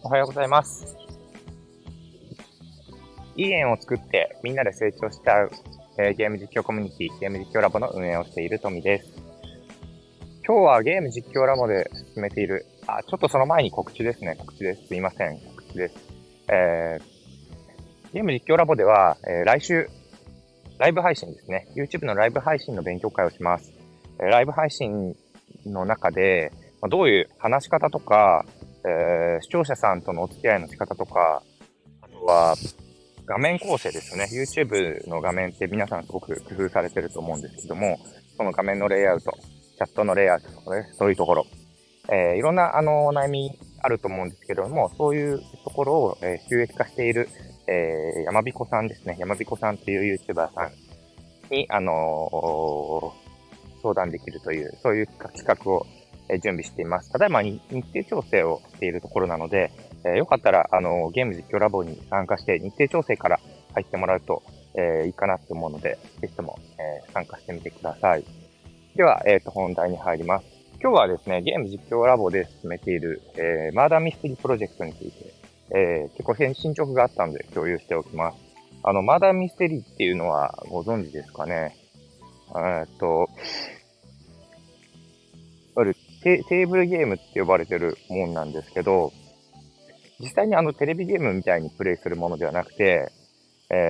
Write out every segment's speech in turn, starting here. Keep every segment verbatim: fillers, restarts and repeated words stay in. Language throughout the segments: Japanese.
おはようございます。いい縁を作ってみんなで成長しちゃう、えーゲーム実況コミュニティ、ゲーム実況ラボの運営をしているトミです。今日はゲーム実況ラボで進めている、あ、ちょっとその前に告知ですね。告知です。すいません。告知です。えー、ゲーム実況ラボでは、えー来週、ライブ配信ですね。YouTube のライブ配信の勉強会をします。えーライブ配信の中で、まあどういう話し方とか、えー視聴者さんとのお付き合いの仕方とか、あとは、画面構成ですよね。YouTube の画面って皆さんすごく工夫されてると思うんですけども、その画面のレイアウト、チャットのレイアウトとかね、そういうところ、えーいろんなあの悩みあると思うんですけども、そういうところを、えー収益化している、えー、山彦さんですね。山彦さんという YouTuber さんに、あのー相談できるという、そういう企画をえー準備しています。ただいまに日程調整をしているところなので、えーよかったら、あのーゲーム実況ラボに参加して日程調整から入ってもらうと、えーいいかなと思うので、ぜひとも、えー参加してみてください。では、えっ、と、本題に入ります。今日はですね、ゲーム実況ラボで進めている、えーマーダーミステリープロジェクトについて、えー結構進捗があったので共有しておきます。あの、マーダーミステリーっていうのはご存知ですかね。えっと、いわゆるテテーブルゲームって呼ばれてるもんなんですけど、実際にあのテレビゲームみたいにプレイするものではなくて、え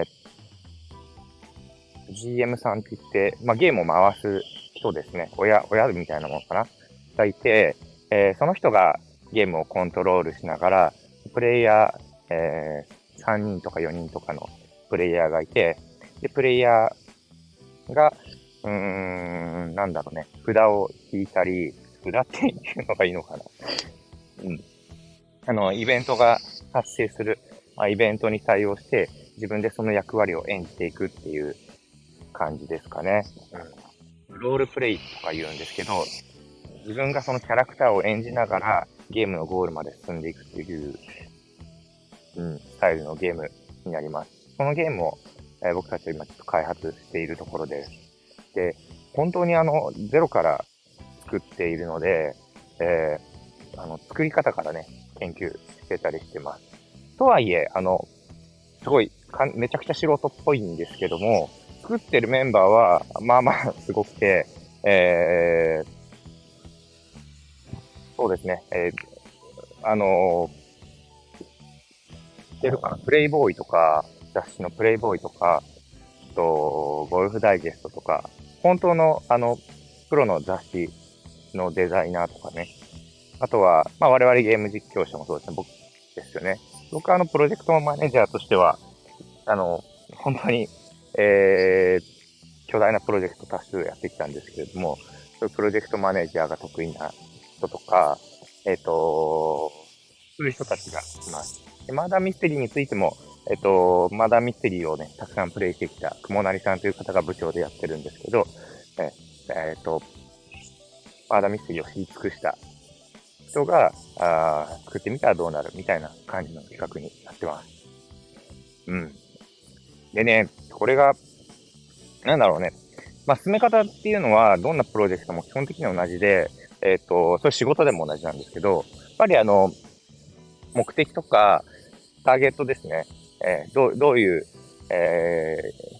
ー ジーエム さんって言って、まあ、ゲームを回す人ですね。親、親みたいなものかながいて、えーその人がゲームをコントロールしながら、プレイヤー、えーさんにんとかよにんとかのプレイヤーがいて、で、プレイヤーが、うーん、なんだろうね、札を引いたり、札っていうのがいいのかな。うん。あの、イベントが発生する、まあ、イベントに対応して、自分でその役割を演じていくっていう感じですかね。うん。ロールプレイとか言うんですけど、自分がそのキャラクターを演じながらゲームのゴールまで進んでいくっていう、うん、スタイルのゲームになります。このゲームを、えー僕たちは今ちょっと開発しているところです。で、本当にあの、ゼロから作っているので、えーあの、作り方からね、研究してたりしてます。とはいえ、あの、すごいかん、めちゃくちゃ素人っぽいんですけども、作ってるメンバーは、まあまあすごくて、えー、そうですね、えー、あのー、知ってるかな、プレイボーイとか、雑誌のプレイボーイとか、あと、ゴルフダイジェストとか、本当の、あの、プロの雑誌のデザイナーとかね、あとは、まあ我々ゲーム実況者もそうですね、僕ですよね。僕はあの、プロジェクトマネージャーとしては、あの、本当に、えー、巨大なプロジェクト多数やってきたんですけれども、そういうプロジェクトマネージャーが得意な人とか、えっ、と、そういう人たちがいます。で、マーダーミステリーについても、えっ、と、マーダーミステリーをね、たくさんプレイしてきた、雲成さんという方が部長でやってるんですけど、ええっ、と、マーダーミステリーを知り尽くした人が、あー作ってみたらどうなるみたいな感じの企画になってます。うん。でね、これが、なんだろうね。まあ、進め方っていうのは、どんなプロジェクトも基本的には同じで、えっ、と、それ仕事でも同じなんですけど、やっぱりあの、目的とか、ターゲットですね。えーどう、どういう、えー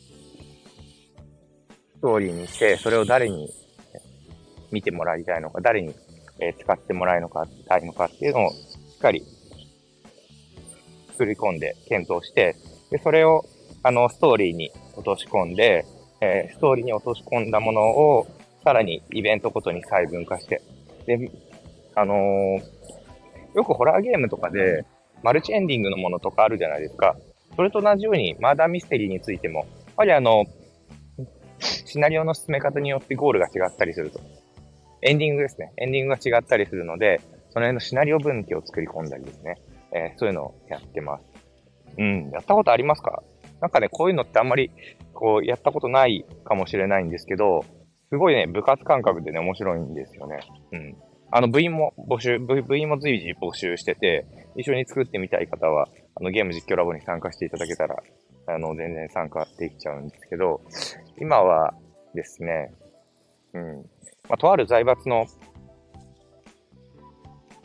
ストーリーにして、それを誰に見てもらいたいのか、誰に、えー使ってもらいのか、たいのかっていうのをしっかり作り込んで検討して、で、それを、あの、ストーリーに落とし込んで、えーストーリーに落とし込んだものを、さらにイベントごとに細分化して、で、あのーよくホラーゲームとかで、マルチエンディングのものとかあるじゃないですか。それと同じように、マーダーミステリーについても、やっぱりあの、シナリオの進め方によってゴールが違ったりすると。エンディングですね。エンディングが違ったりするので、その辺のシナリオ分岐を作り込んだりですね。えーそういうのをやってます。うん、やったことありますか？なんかね、こういうのってあんまり、こう、やったことないかもしれないんですけど、すごいね、部活感覚でね、面白いんですよね。うん。あの、部員も募集、部部員も随時募集してて、一緒に作ってみたい方は、あの、ゲーム実況ラボに参加していただけたら、あの、全然参加できちゃうんですけど、今はですね、うん。まあ、とある財閥の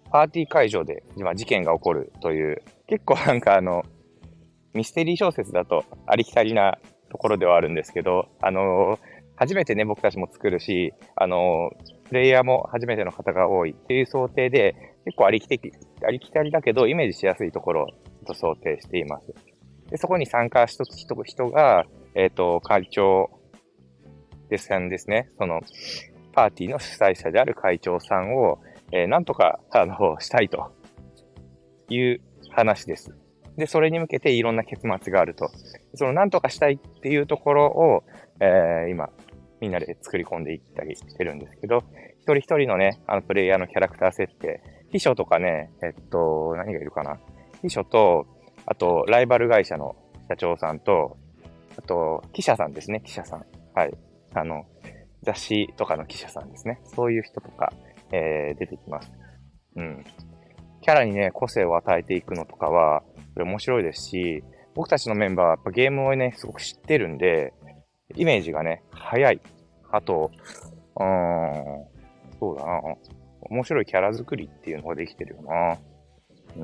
パーティー会場で、まあ、事件が起こるという、結構なんかあの、ミステリー小説だとありきたりなところではあるんですけど、あのー、初めてね、僕たちも作るし、あのー、プレイヤーも初めての方が多いっていう想定で、結構ありきたり、ありきたりだけど、イメージしやすいところと想定しています。で、そこに参加した人人が、えっと、会長ですですね、その、パーティーの主催者である会長さんを、えー、なんとか、あの、したいという話です。で、それに向けていろんな結末があると。そのなんとかしたいっていうところを、えー、今、みんなで作り込んでいったりしてるんですけど、一人一人のね、あのプレイヤーのキャラクター設定、秘書とかね、えっと、何がいるかな。秘書と、あと、ライバル会社の社長さんと、あと、記者さんですね、記者さん。はい。あの、雑誌とかの記者さんですね。そういう人とか、えー、出てきます。うん。キャラにね、個性を与えていくのとかは、これ面白いですし、僕たちのメンバーはやっぱゲームをね、すごく知ってるんで、イメージがね、早い。あと、うーん、そうだな。面白いキャラ作りっていうのができてるよな。うん。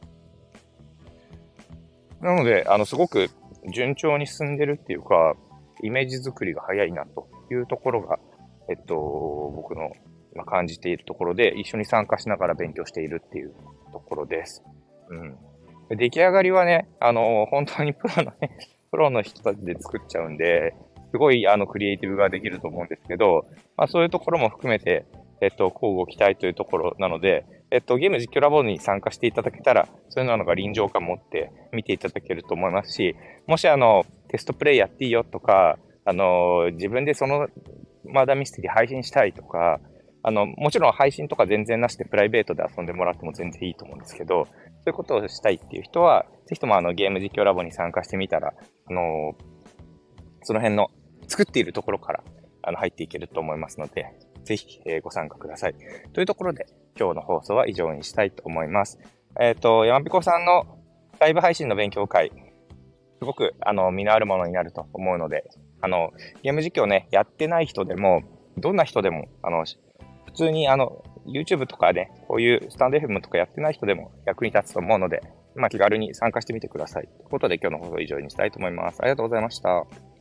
なので、あの、すごく順調に進んでるっていうか、イメージ作りが早いなというところが、えっと、僕の今感じているところで、一緒に参加しながら勉強しているっていうところです。うん。出来上がりはね、あの、本当にプロのね、プロの人たちで作っちゃうんで、すごい、あの、クリエイティブができると思うんですけど、まあ、そういうところも含めて、えっと、交互期待というところなので、えっと、ゲーム実況ラボに参加していただけたら、そういうのが臨場感持って見ていただけると思いますし、もしあの、テストプレイやっていいよとか、あの、自分でその、マーダーミステリー配信したいとか、あの、もちろん配信とか全然なしでプライベートで遊んでもらっても全然いいと思うんですけど、そういうことをしたいっていう人は、ぜひともあの、ゲーム実況ラボに参加してみたら、あの、その辺の作っているところから、あの、入っていけると思いますので、ぜひ、えー、ご参加ください。というところで、今日の放送は以上にしたいと思います。えっと、山彦さんのライブ配信の勉強会、すごく、あの、身のあるものになると思うので、あの、ゲーム実況ね、やってない人でも、どんな人でも、あの、普通に、あの、YouTube とかね、こういうスタンド エフエム とかやってない人でも役に立つと思うので、まあ、気軽に参加してみてください。ということで、今日の放送は以上にしたいと思います。ありがとうございました。